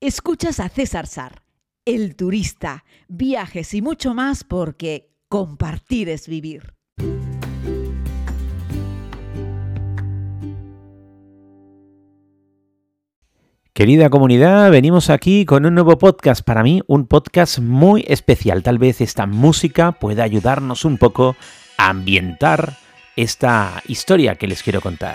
Escuchas a César Sar, el turista, viajes y mucho más porque compartir es vivir. Querida comunidad, venimos aquí con un nuevo podcast. Para mí, un podcast muy especial. Tal vez esta música pueda ayudarnos un poco a ambientar esta historia que les quiero contar.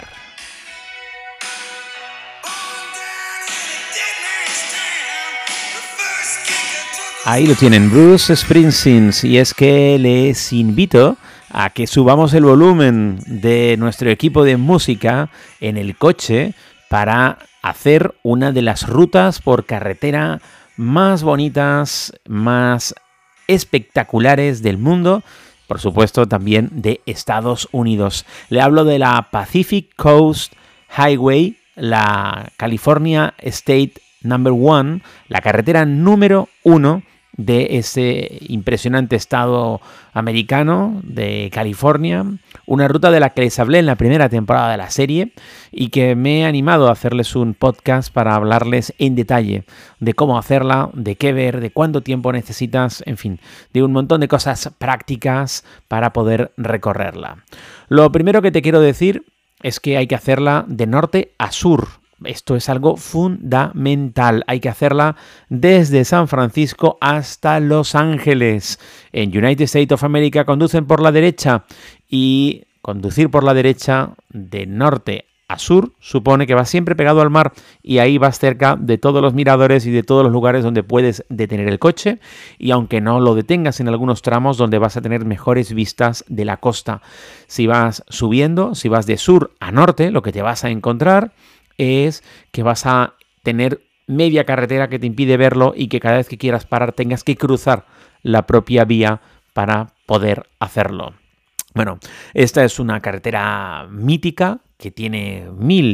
Ahí lo tienen, Bruce Springsteen, y es que les invito a que subamos el volumen de nuestro equipo de música en el coche para hacer una de las rutas por carretera más bonitas, más espectaculares del mundo, por supuesto también de Estados Unidos. Le hablo de la Pacific Coast Highway, la California State Number 1, la carretera número 1 de ese impresionante estado americano de California, una ruta de la que les hablé en la primera temporada de la serie y que me he animado a hacerles un podcast para hablarles en detalle de cómo hacerla, de qué ver, de cuánto tiempo necesitas, en fin, de un montón de cosas prácticas para poder recorrerla. Lo primero que te quiero decir es que hay que hacerla de norte a sur. Esto es algo fundamental. Hay que hacerla desde San Francisco hasta Los Ángeles. En United States of America conducen por la derecha y conducir por la derecha de norte a sur supone que vas siempre pegado al mar y ahí vas cerca de todos los miradores y de todos los lugares donde puedes detener el coche, y aunque no lo detengas en algunos tramos donde vas a tener mejores vistas de la costa. Si vas subiendo, si vas de sur a norte, lo que te vas a encontrar es que vas a tener media carretera que te impide verlo y que cada vez que quieras parar tengas que cruzar la propia vía para poder hacerlo. Bueno, esta es una carretera mítica que tiene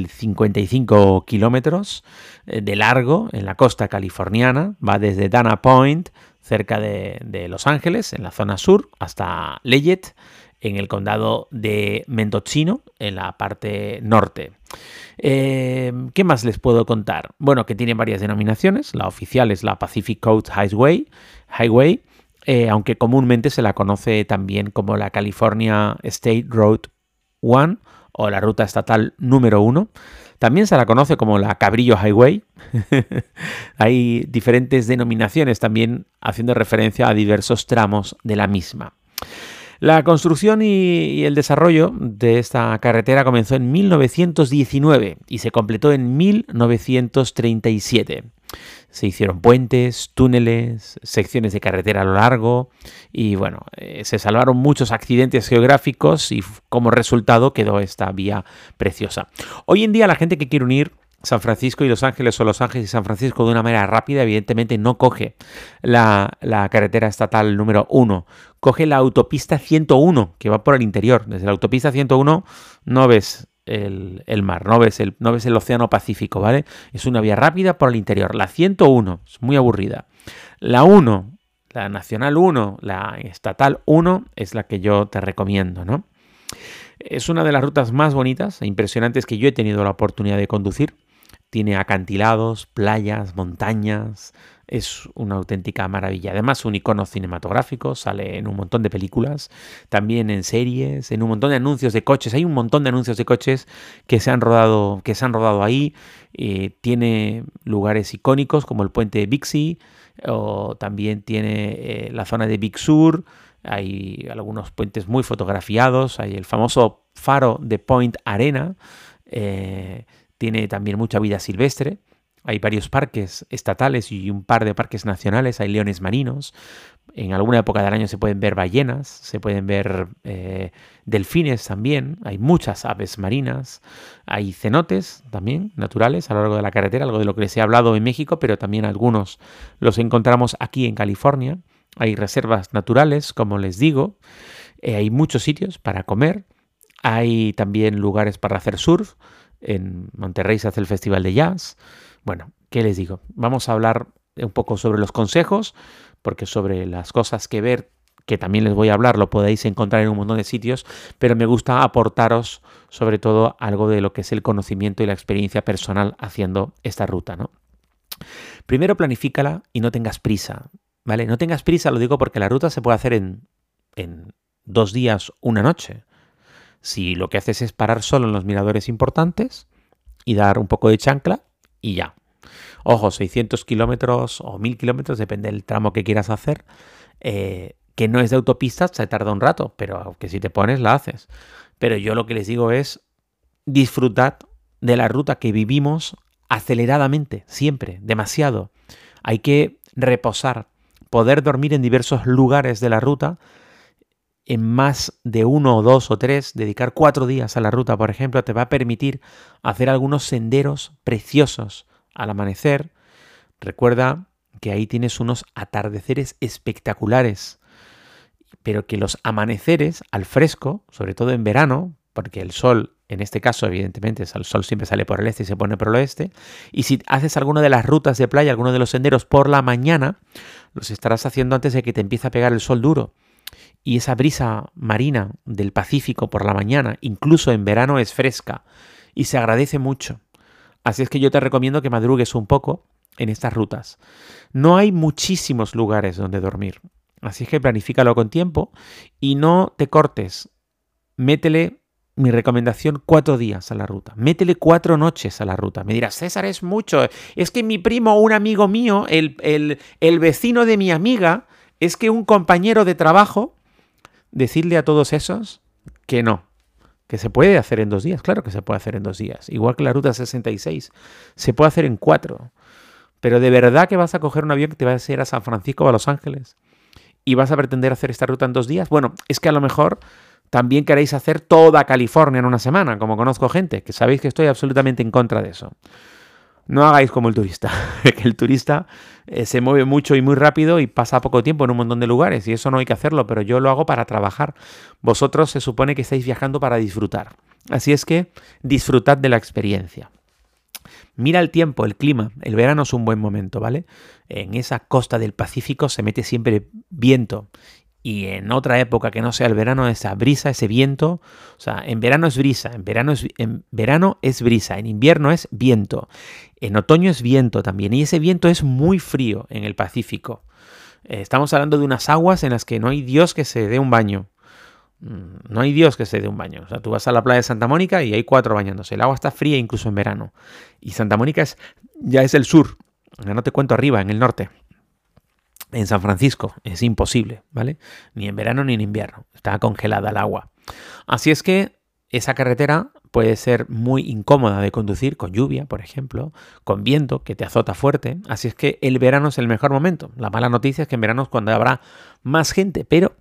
1055 kilómetros de largo en la costa californiana. Va desde Dana Point, cerca de Los Ángeles, en la zona sur, hasta Leyte, en el condado de Mendocino, en la parte norte. ¿Qué más les puedo contar? Bueno, que tiene varias denominaciones. La oficial es la Pacific Coast Highway, aunque comúnmente se la conoce también como la California State Road 1 o la ruta estatal número 1. También se la conoce como la Cabrillo Highway. Hay diferentes denominaciones también haciendo referencia a diversos tramos de la misma. La construcción y el desarrollo de esta carretera comenzó en 1919 y se completó en 1937. Se hicieron puentes, túneles, secciones de carretera a lo largo y bueno, se salvaron muchos accidentes geográficos y como resultado quedó esta vía preciosa. Hoy en día la gente que quiere unir San Francisco y Los Ángeles o Los Ángeles y San Francisco de una manera rápida, evidentemente no coge la carretera estatal número 1, coge la autopista 101 que va por el interior. Desde la autopista 101 no ves el mar, no ves el océano Pacífico, ¿vale? Es una vía rápida por el interior. La 101 es muy aburrida. La 1, la Nacional 1, la Estatal 1 es la que yo te recomiendo, ¿no? Es una de las rutas más bonitas e impresionantes que yo he tenido la oportunidad de conducir. Tiene acantilados, playas, montañas. Es una auténtica maravilla. Además, un icono cinematográfico, sale en un montón de películas, también en series, en un montón de anuncios de coches. Hay un montón de anuncios de coches que se han rodado ahí. Tiene lugares icónicos como el puente de Bixby, o también tiene la zona de Big Sur. Hay algunos puentes muy fotografiados. Hay el famoso faro de Point Arena. Tiene también mucha vida silvestre. Hay varios parques estatales y un par de parques nacionales. Hay leones marinos. En alguna época del año se pueden ver ballenas, se pueden ver delfines también. Hay muchas aves marinas. Hay cenotes también naturales a lo largo de la carretera, algo de lo que les he hablado en México, pero también algunos los encontramos aquí en California. Hay reservas naturales, como les digo. Hay muchos sitios para comer. Hay también lugares para hacer surf. En Monterrey se hace el Festival de Jazz. Bueno, ¿qué les digo? Vamos a hablar un poco sobre los consejos, porque sobre las cosas que ver, que también les voy a hablar, lo podéis encontrar en un montón de sitios, pero me gusta aportaros sobre todo algo de lo que es el conocimiento y la experiencia personal haciendo esta ruta, ¿no? Primero planifícala y no tengas prisa, ¿vale? No tengas prisa, lo digo porque la ruta se puede hacer en 2 días, 1 noche. Si lo que haces es parar solo en los miradores importantes y dar un poco de chancla y ya. Ojo, 600 kilómetros o 1000 kilómetros, depende del tramo que quieras hacer, que no es de autopista, se tarda un rato, pero que si te pones la haces. Pero yo lo que les digo es disfrutad de la ruta que vivimos aceleradamente, siempre, demasiado. Hay que reposar, poder dormir en diversos lugares de la ruta, en más de 1 o 2 o 3, dedicar 4 días a la ruta, por ejemplo, te va a permitir hacer algunos senderos preciosos al amanecer. Recuerda que ahí tienes unos atardeceres espectaculares, pero que los amaneceres al fresco, sobre todo en verano, porque el sol, en este caso, evidentemente, el sol siempre sale por el este y se pone por el oeste, y si haces alguna de las rutas de playa, alguno de los senderos por la mañana, los estarás haciendo antes de que te empiece a pegar el sol duro. Y esa brisa marina del Pacífico por la mañana, incluso en verano, es fresca y se agradece mucho. Así es que yo te recomiendo que madrugues un poco en estas rutas. No hay muchísimos lugares donde dormir, así es que planifícalo con tiempo y no te cortes. Métele, mi recomendación, 4 días a la ruta. Métele 4 noches a la ruta. Me dirás, César, es mucho. Es que mi primo, un amigo mío, el vecino de mi amiga, es que un compañero de trabajo... Decirle a todos esos que no, que se puede hacer en 2 días. Claro que se puede hacer en 2 días. Igual que la ruta 66. Se puede hacer en 4. Pero de verdad que vas a coger un avión que te va a ir a San Francisco o a Los Ángeles y vas a pretender hacer esta ruta en 2 días. Bueno, es que a lo mejor también queréis hacer toda California en una semana, como conozco gente, que sabéis que estoy absolutamente en contra de eso. No hagáis como el turista, que el turista se mueve mucho y muy rápido y pasa poco tiempo en un montón de lugares y eso no hay que hacerlo, pero yo lo hago para trabajar. Vosotros se supone que estáis viajando para disfrutar. Así es que disfrutad de la experiencia. Mira el tiempo, el clima. El verano es un buen momento, ¿vale? En esa costa del Pacífico se mete siempre viento. Y en otra época que no sea el verano, esa brisa, ese viento, o sea, en verano es brisa, en verano es brisa, en invierno es viento, en otoño es viento también, y ese viento es muy frío en el Pacífico. Estamos hablando de unas aguas en las que no hay Dios que se dé un baño. No hay Dios que se dé un baño. O sea, tú vas a la playa de Santa Mónica y hay 4 bañándose. El agua está fría incluso en verano. Y Santa Mónica ya es el sur. Ya no te cuento arriba, en el norte. En San Francisco es imposible, ¿vale? Ni en verano ni en invierno. Está congelada el agua. Así es que esa carretera puede ser muy incómoda de conducir con lluvia, por ejemplo, con viento que te azota fuerte. Así es que el verano es el mejor momento. La mala noticia es que en verano es cuando habrá más gente, pero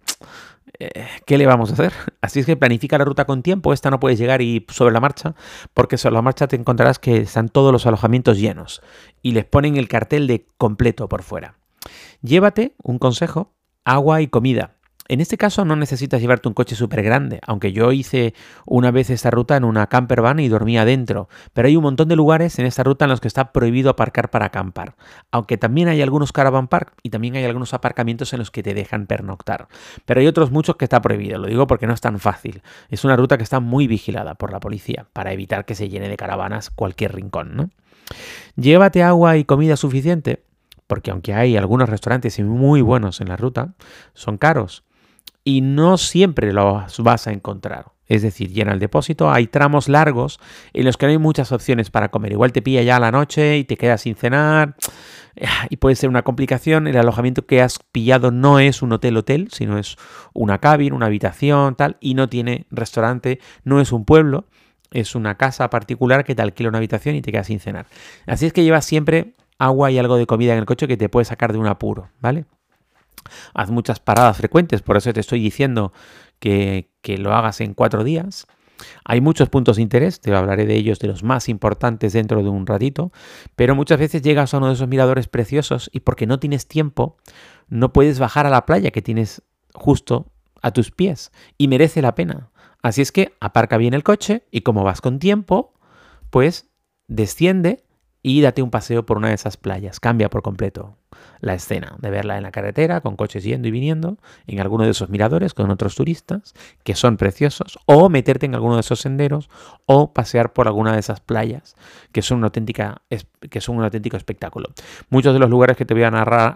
¿qué le vamos a hacer? Así es que planifica la ruta con tiempo. Esta no puedes llegar y sobre la marcha, porque sobre la marcha te encontrarás que están todos los alojamientos llenos y les ponen el cartel de completo por fuera. Llévate, un consejo, agua y comida. En este caso no necesitas llevarte un coche súper grande, aunque yo hice una vez esta ruta en una camper van y dormía adentro, pero hay un montón de lugares en esta ruta en los que está prohibido aparcar para acampar, aunque también hay algunos caravan park y también hay algunos aparcamientos en los que te dejan pernoctar, pero hay otros muchos que está prohibido, lo digo porque no es tan fácil, es una ruta que está muy vigilada por la policía para evitar que se llene de caravanas cualquier rincón, ¿no? Llévate agua y comida suficiente, porque aunque hay algunos restaurantes muy buenos en la ruta, son caros y no siempre los vas a encontrar. Es decir, llena el depósito, hay tramos largos en los que no hay muchas opciones para comer. Igual te pilla ya a la noche y te quedas sin cenar y puede ser una complicación. El alojamiento que has pillado no es un hotel, sino es una cabin, una habitación, tal, y no tiene restaurante, no es un pueblo, es una casa particular que te alquila una habitación y te quedas sin cenar. Así es que llevas siempre agua y algo de comida en el coche que te puede sacar de un apuro, ¿vale? Haz muchas paradas frecuentes, por eso te estoy diciendo que lo hagas en 4 días. Hay muchos puntos de interés, te hablaré de ellos, de los más importantes dentro de un ratito, pero muchas veces llegas a uno de esos miradores preciosos y porque no tienes tiempo, no puedes bajar a la playa que tienes justo a tus pies y merece la pena. Así es que aparca bien el coche y como vas con tiempo, pues desciende y date un paseo por una de esas playas. Cambia por completo la escena de verla en la carretera, con coches yendo y viniendo, en alguno de esos miradores con otros turistas, que son preciosos, o meterte en alguno de esos senderos, o pasear por alguna de esas playas, que son un auténtico espectáculo. Muchos de los lugares que te voy a narrar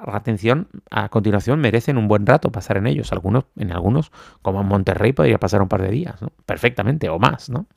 a continuación merecen un buen rato pasar en ellos. En algunos, como en Monterrey, podría pasar un par de días, ¿no? Perfectamente, o más, ¿no?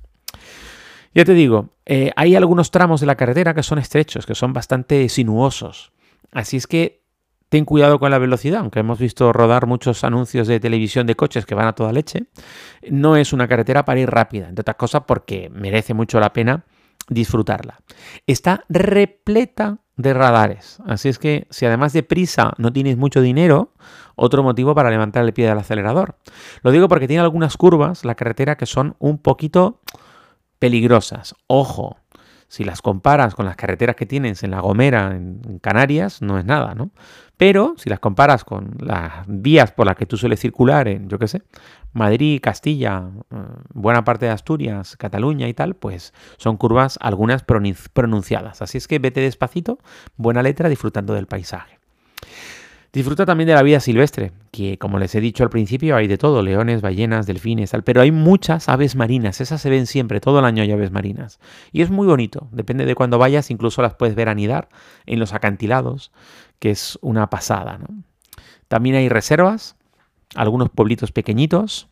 Ya te digo, hay algunos tramos de la carretera que son estrechos, que son bastante sinuosos. Así es que ten cuidado con la velocidad, aunque hemos visto rodar muchos anuncios de televisión de coches que van a toda leche. No es una carretera para ir rápida, entre otras cosas porque merece mucho la pena disfrutarla. Está repleta de radares, así es que si además de prisa no tienes mucho dinero, otro motivo para levantar el pie del acelerador. Lo digo porque tiene algunas curvas la carretera que son un poquito peligrosas. Ojo, si las comparas con las carreteras que tienes en La Gomera, en Canarias, no es nada, ¿no? Pero si las comparas con las vías por las que tú sueles circular en, yo qué sé, Madrid, Castilla, buena parte de Asturias, Cataluña y tal, pues son curvas algunas pronunciadas. Así es que vete despacito, buena letra, disfrutando del paisaje. Disfruta también de la vida silvestre, que como les he dicho al principio hay de todo, leones, ballenas, delfines, tal, pero hay muchas aves marinas, esas se ven siempre, todo el año hay aves marinas. Y es muy bonito, depende de cuándo vayas, incluso las puedes ver anidar en los acantilados, que es una pasada, ¿no? También hay reservas, algunos pueblitos pequeñitos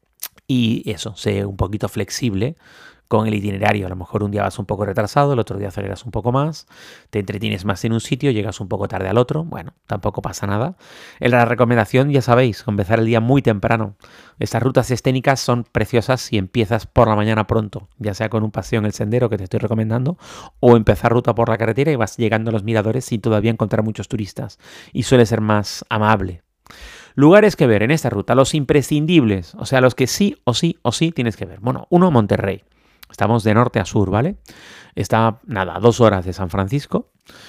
y eso, sé un poquito flexible con el itinerario. A lo mejor un día vas un poco retrasado, el otro día aceleras un poco más, te entretienes más en un sitio, llegas un poco tarde al otro. Bueno, tampoco pasa nada. En la recomendación, ya sabéis, empezar el día muy temprano. Estas rutas escénicas son preciosas si empiezas por la mañana pronto, ya sea con un paseo en el sendero que te estoy recomendando, o empezar ruta por la carretera y vas llegando a los miradores sin todavía encontrar muchos turistas. Y suele ser más amable. Lugares que ver en esta ruta, los imprescindibles, o sea, los que sí o sí o sí tienes que ver. Bueno, uno, Monterrey. Estamos de norte a sur, ¿vale? Está, nada, 2 horas de San Francisco.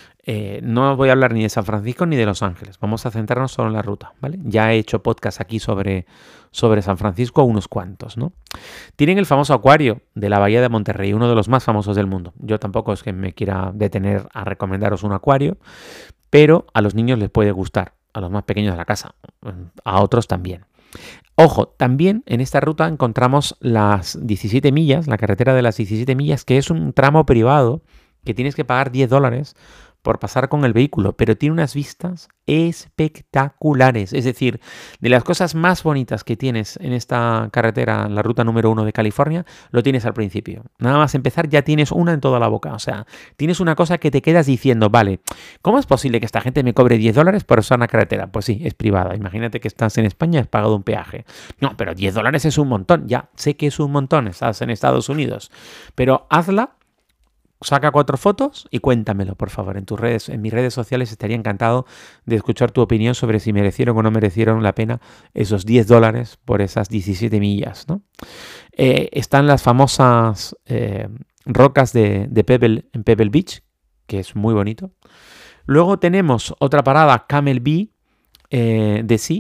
No voy a hablar ni de San Francisco ni de Los Ángeles. Vamos a centrarnos solo en la ruta, ¿vale? Ya he hecho podcast aquí sobre San Francisco, unos cuantos, ¿no? Tienen el famoso acuario de la Bahía de Monterrey, uno de los más famosos del mundo. Yo tampoco es que me quiera detener a recomendaros un acuario, pero a los niños les puede gustar, a los más pequeños de la casa, a otros también. Ojo, también en esta ruta encontramos las 17 millas, la carretera de las 17 millas, que es un tramo privado que tienes que pagar $10 por pasar con el vehículo, pero tiene unas vistas espectaculares. Es decir, de las cosas más bonitas que tienes en esta carretera, la ruta número 1 de California, lo tienes al principio. Nada más empezar ya tienes una en toda la boca. O sea, tienes una cosa que te quedas diciendo, vale, ¿cómo es posible que esta gente me cobre $10 por usar una carretera? Pues sí, es privada. Imagínate que estás en España y has pagado un peaje. No, pero $10 es un montón. Ya, sé que es un montón, estás en Estados Unidos. Pero hazla. Saca 4 fotos y cuéntamelo, por favor, en tus redes, en mis redes sociales. Estaría encantado de escuchar tu opinión sobre si merecieron o no merecieron la pena esos $10 por esas 17 millas, ¿no? Están las famosas rocas de Pebble en Pebble Beach, que es muy bonito. Luego tenemos otra parada, Camel Bay de Sea,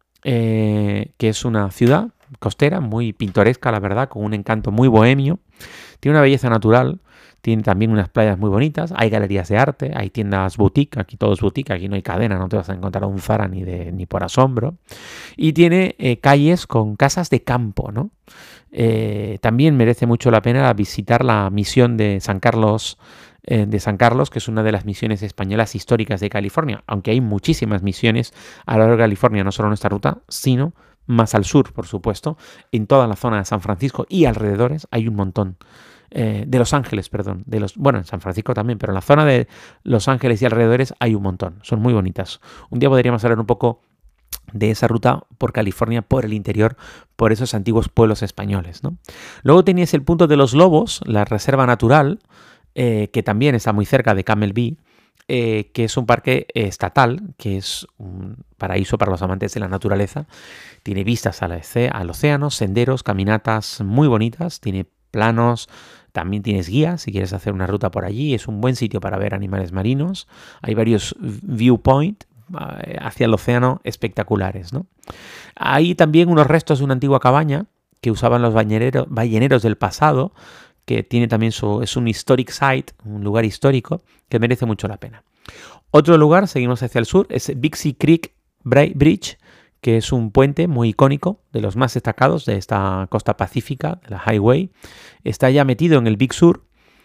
que es una ciudad costera muy pintoresca, la verdad, con un encanto muy bohemio. Tiene una belleza natural. Tiene también unas playas muy bonitas, hay galerías de arte, hay tiendas boutique, aquí todo es boutique, aquí no hay cadena, no te vas a encontrar un Zara ni por asombro. Y tiene calles con casas de campo, ¿no? También merece mucho la pena visitar la misión de San Carlos, que es una de las misiones españolas históricas de California, aunque hay muchísimas misiones a lo largo de California, no solo en esta ruta, sino más al sur, por supuesto, en toda la zona de San Francisco y alrededores hay un montón. De Los Ángeles, perdón. Bueno, en San Francisco también, pero en la zona de Los Ángeles y alrededores hay un montón. Son muy bonitas. Un día podríamos hablar un poco de esa ruta por California, por el interior, por esos antiguos pueblos españoles, ¿no? Luego tenías el punto de los Lobos, la reserva natural, que también está muy cerca de Camel Bay, que es un parque estatal, que es un paraíso para los amantes de la naturaleza. Tiene vistas al océano, senderos, caminatas muy bonitas, tiene planos, también tienes guías si quieres hacer una ruta por allí. Es un buen sitio para ver animales marinos. Hay varios viewpoints hacia el océano espectaculares, ¿no? Hay también unos restos de una antigua cabaña que usaban los balleneros del pasado, que tiene también es un historic site, un lugar histórico que merece mucho la pena. Otro lugar, seguimos hacia el sur, es Big Sea Creek Bridge, que es un puente muy icónico, de los más destacados de esta costa pacífica, de la Highway. Está ya metido en el Big Sur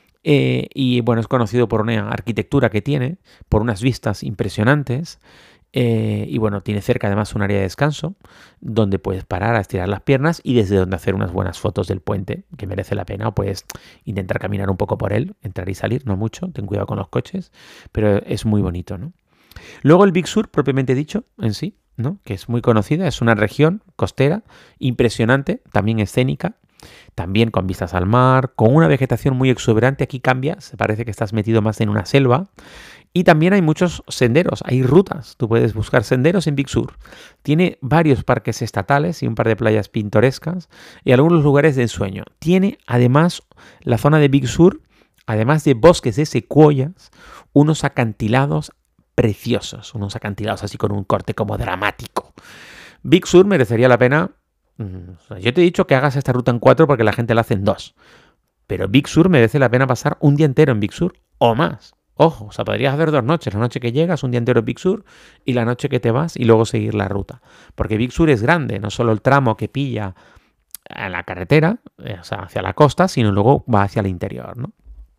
y bueno, es conocido por una arquitectura que tiene, por unas vistas impresionantes. Y bueno, tiene cerca además un área de descanso donde puedes parar a estirar las piernas y desde donde hacer unas buenas fotos del puente, que merece la pena. O puedes intentar caminar un poco por él, entrar y salir, no mucho, ten cuidado con los coches, pero es muy bonito, ¿no? Luego el Big Sur, propiamente dicho, en sí, ¿no? Que es muy conocida, es una región costera impresionante, también escénica, también con vistas al mar, con una vegetación muy exuberante. Aquí cambia, se parece que estás metido más en una selva. Y también hay muchos senderos, hay rutas. Tú puedes buscar senderos en Big Sur. Tiene varios parques estatales y un par de playas pintorescas y algunos lugares de ensueño. Tiene además la zona de Big Sur, además de bosques de secuoyas, unos acantilados preciosos, unos acantilados así con un corte como dramático. Big Sur merecería la pena. Yo te he dicho que hagas esta ruta en 4 porque la gente la hace en 2. Pero Big Sur merece la pena pasar un día entero en Big Sur o más. Ojo, o sea, podrías hacer 2 noches. La noche que llegas, un día entero en Big Sur, y la noche que te vas y luego seguir la ruta. Porque Big Sur es grande, no solo el tramo que pilla a la carretera, o sea, hacia la costa, sino luego va hacia el interior, ¿no?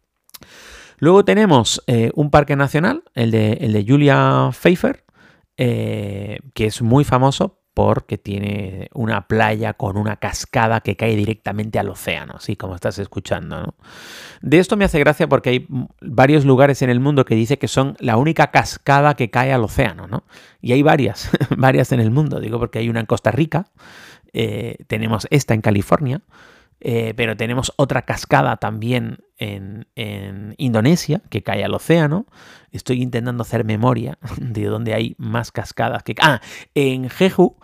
Luego tenemos un parque nacional, el de Julia Pfeiffer, que es muy famoso porque tiene una playa con una cascada que cae directamente al océano, así como estás escuchando, ¿no? De esto me hace gracia porque hay varios lugares en el mundo que dice que son la única cascada que cae al océano, ¿no? Y hay varias, varias en el mundo, digo porque hay una en Costa Rica, tenemos esta en California, pero tenemos otra cascada también en Indonesia que cae al océano. Estoy intentando hacer memoria de dónde hay más cascadas. En Jeju,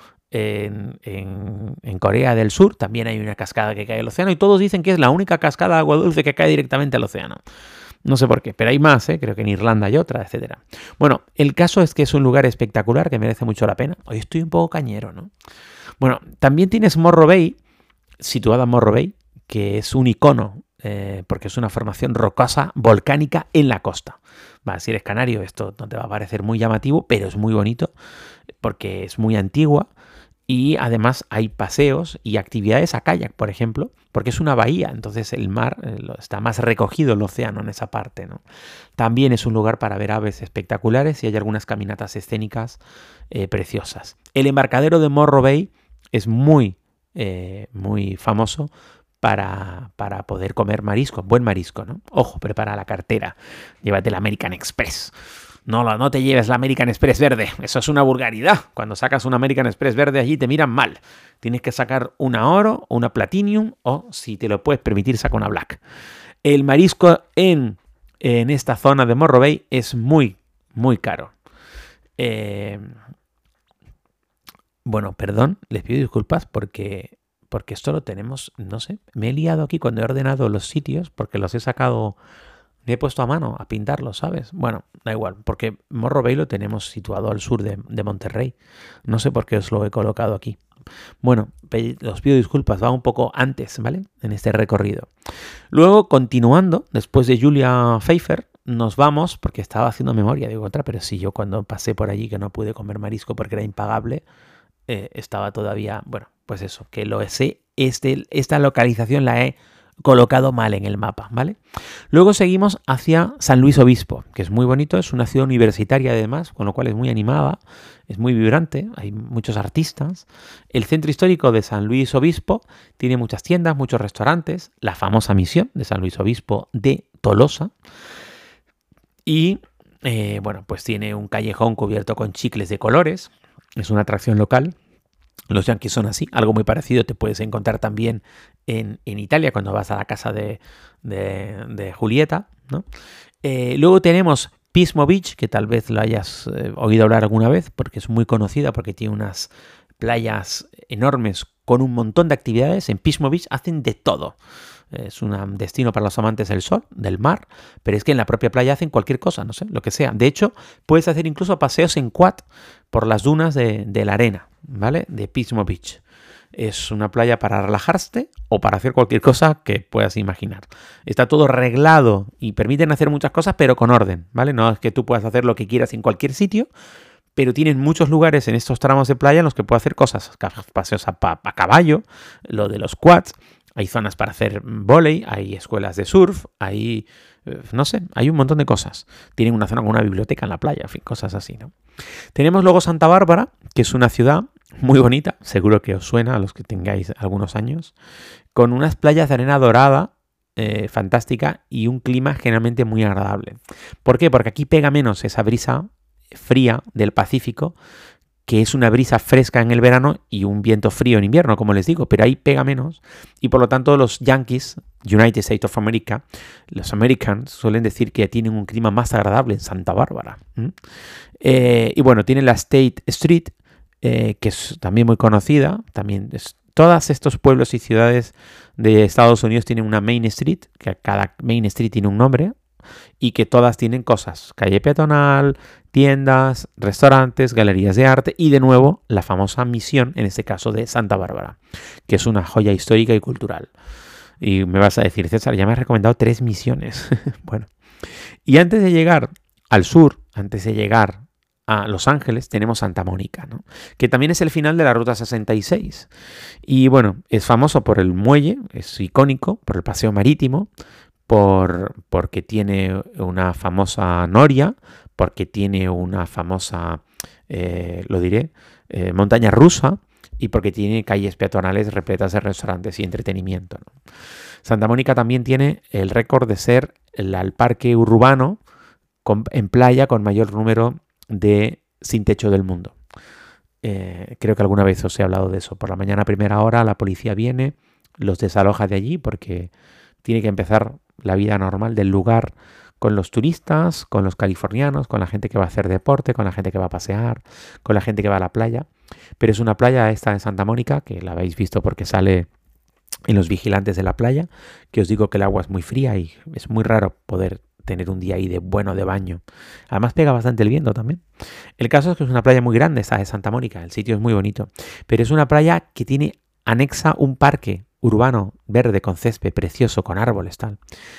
en Corea del Sur, también hay una cascada que cae al océano y todos dicen que es la única cascada de agua dulce que cae directamente al océano. No sé por qué, pero hay más, creo que en Irlanda hay otra, etc. Bueno, el caso es que es un lugar espectacular que merece mucho la pena. Hoy estoy un poco cañero, ¿no? Bueno, también tienes Morro Bay, situada en Morro Bay, que es un icono, porque es una formación rocosa volcánica en la costa. Si eres canario, esto no te va a parecer muy llamativo, pero es muy bonito, porque es muy antigua, y además hay paseos y actividades a kayak, por ejemplo, porque es una bahía, entonces el mar está más recogido el océano en esa parte, ¿no? También es un lugar para ver aves espectaculares y hay algunas caminatas escénicas preciosas. El embarcadero de Morro Bay es muy famoso para poder comer marisco, buen marisco, ¿no? Ojo, prepara la cartera, llévate la American Express. No te lleves la American Express verde, eso es una vulgaridad. Cuando sacas una American Express verde allí te miran mal. Tienes que sacar una oro, una platinum o, si te lo puedes permitir, saca una black. El marisco en esta zona de Morro Bay es muy, muy caro. Bueno, perdón, les pido disculpas porque esto lo tenemos, no sé, me he liado aquí cuando he ordenado los sitios porque los he sacado, me he puesto a mano a pintarlos, ¿sabes? Bueno, da igual, porque Morro Bay lo tenemos situado al sur de Monterrey. No sé por qué os lo he colocado aquí. Bueno, os pido disculpas, va un poco antes, ¿vale? En este recorrido. Luego, continuando, después de Julia Pfeiffer, nos vamos, porque estaba haciendo memoria, digo, pero si yo cuando pasé por allí que no pude comer marisco porque era impagable, estaba todavía, bueno, pues eso, que lo sé, esta localización la he colocado mal en el mapa, ¿vale? Luego seguimos hacia San Luis Obispo, que es muy bonito, es una ciudad universitaria además, con lo cual es muy animada, es muy vibrante, hay muchos artistas. El centro histórico de San Luis Obispo tiene muchas tiendas, muchos restaurantes, la famosa misión de San Luis Obispo de Tolosa, y bueno, pues tiene un callejón cubierto con chicles de colores, es una atracción local. Los Yankees son así, algo muy parecido te puedes encontrar también en Italia cuando vas a la casa de Julieta, ¿no? Luego tenemos Pismo Beach, que tal vez lo hayas oído hablar alguna vez, porque es muy conocida, porque tiene unas playas enormes con un montón de actividades. En Pismo Beach hacen de todo. Es un destino para los amantes del sol, del mar, pero es que en la propia playa hacen cualquier cosa, no sé, lo que sea. De hecho, puedes hacer incluso paseos en quad por las dunas de la arena, ¿vale? De Pismo Beach. Es una playa para relajarte o para hacer cualquier cosa que puedas imaginar. Está todo arreglado y permiten hacer muchas cosas, pero con orden, ¿vale? No es que tú puedas hacer lo que quieras en cualquier sitio, pero tienen muchos lugares en estos tramos de playa en los que puedes hacer cosas, paseos a caballo, lo de los quads, hay zonas para hacer vóley, hay escuelas de surf, hay, no sé, hay un montón de cosas. Tienen una zona con una biblioteca en la playa, en fin, cosas así, ¿no? Tenemos luego Santa Bárbara, que es una ciudad muy bonita, seguro que os suena a los que tengáis algunos años, con unas playas de arena dorada, fantástica, y un clima generalmente muy agradable. ¿Por qué? Porque aquí pega menos esa brisa fría del Pacífico, que es una brisa fresca en el verano y un viento frío en invierno, como les digo, pero ahí pega menos y por lo tanto los Yankees, United States of America, los Americans suelen decir que tienen un clima más agradable en Santa Bárbara. Y bueno, tienen la State Street, que es también muy conocida, todos estos pueblos y ciudades de Estados Unidos tienen una Main Street, que cada Main Street tiene un nombre, y que todas tienen cosas, calle peatonal, tiendas, restaurantes, galerías de arte y de nuevo la famosa misión, en este caso de Santa Bárbara, que es una joya histórica y cultural. Y me vas a decir, César, ya me has recomendado 3 misiones. Bueno, y antes de llegar al sur, antes de llegar a Los Ángeles, tenemos Santa Mónica, ¿no? Que también es el final de la Ruta 66. Y bueno, es famoso por el muelle, es icónico, por el paseo marítimo, porque tiene una famosa noria, porque tiene una famosa, montaña rusa y porque tiene calles peatonales repletas de restaurantes y entretenimiento, ¿no? Santa Mónica también tiene el récord de ser el parque urbano en playa con mayor número de sin techo del mundo. Creo que alguna vez os he hablado de eso. Por la mañana a primera hora la policía viene, los desaloja de allí porque tiene que empezar la vida normal del lugar con los turistas, con los californianos, con la gente que va a hacer deporte, con la gente que va a pasear, con la gente que va a la playa. Pero es una playa esta de Santa Mónica, que la habéis visto porque sale en los vigilantes de la playa, que os digo que el agua es muy fría y es muy raro poder tener un día ahí de baño. Además pega bastante el viento también. El caso es que es una playa muy grande esta de Santa Mónica, el sitio es muy bonito, pero es una playa que tiene anexa un parque urbano verde con césped precioso, con árboles, tal.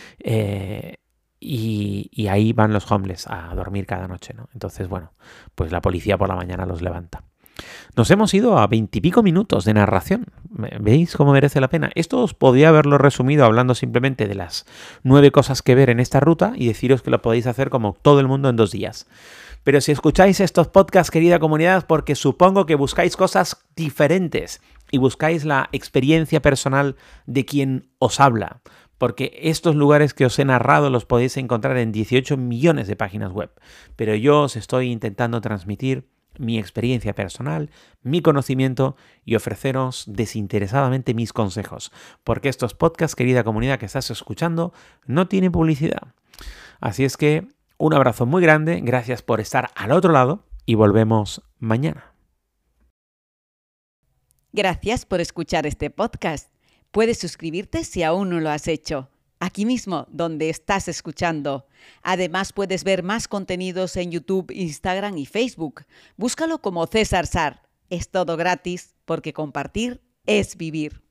Y ahí van los homeless a dormir cada noche, ¿no? Entonces, bueno, pues la policía por la mañana los levanta. Nos hemos ido a 20 y pico minutos de narración. ¿Veis cómo merece la pena? Esto os podría haberlo resumido hablando simplemente de las 9 cosas que ver en esta ruta y deciros que lo podéis hacer como todo el mundo en 2 días. Pero si escucháis estos podcasts, querida comunidad, porque supongo que buscáis cosas diferentes y buscáis la experiencia personal de quien os habla, porque estos lugares que os he narrado los podéis encontrar en 18 millones de páginas web. Pero yo os estoy intentando transmitir mi experiencia personal, mi conocimiento y ofreceros desinteresadamente mis consejos, porque estos podcasts, querida comunidad que estás escuchando, no tienen publicidad. Así es que un abrazo muy grande, gracias por estar al otro lado y volvemos mañana. Gracias por escuchar este podcast. Puedes suscribirte si aún no lo has hecho, aquí mismo donde estás escuchando. Además puedes ver más contenidos en YouTube, Instagram y Facebook. Búscalo como César Sar. Es todo gratis porque compartir es vivir.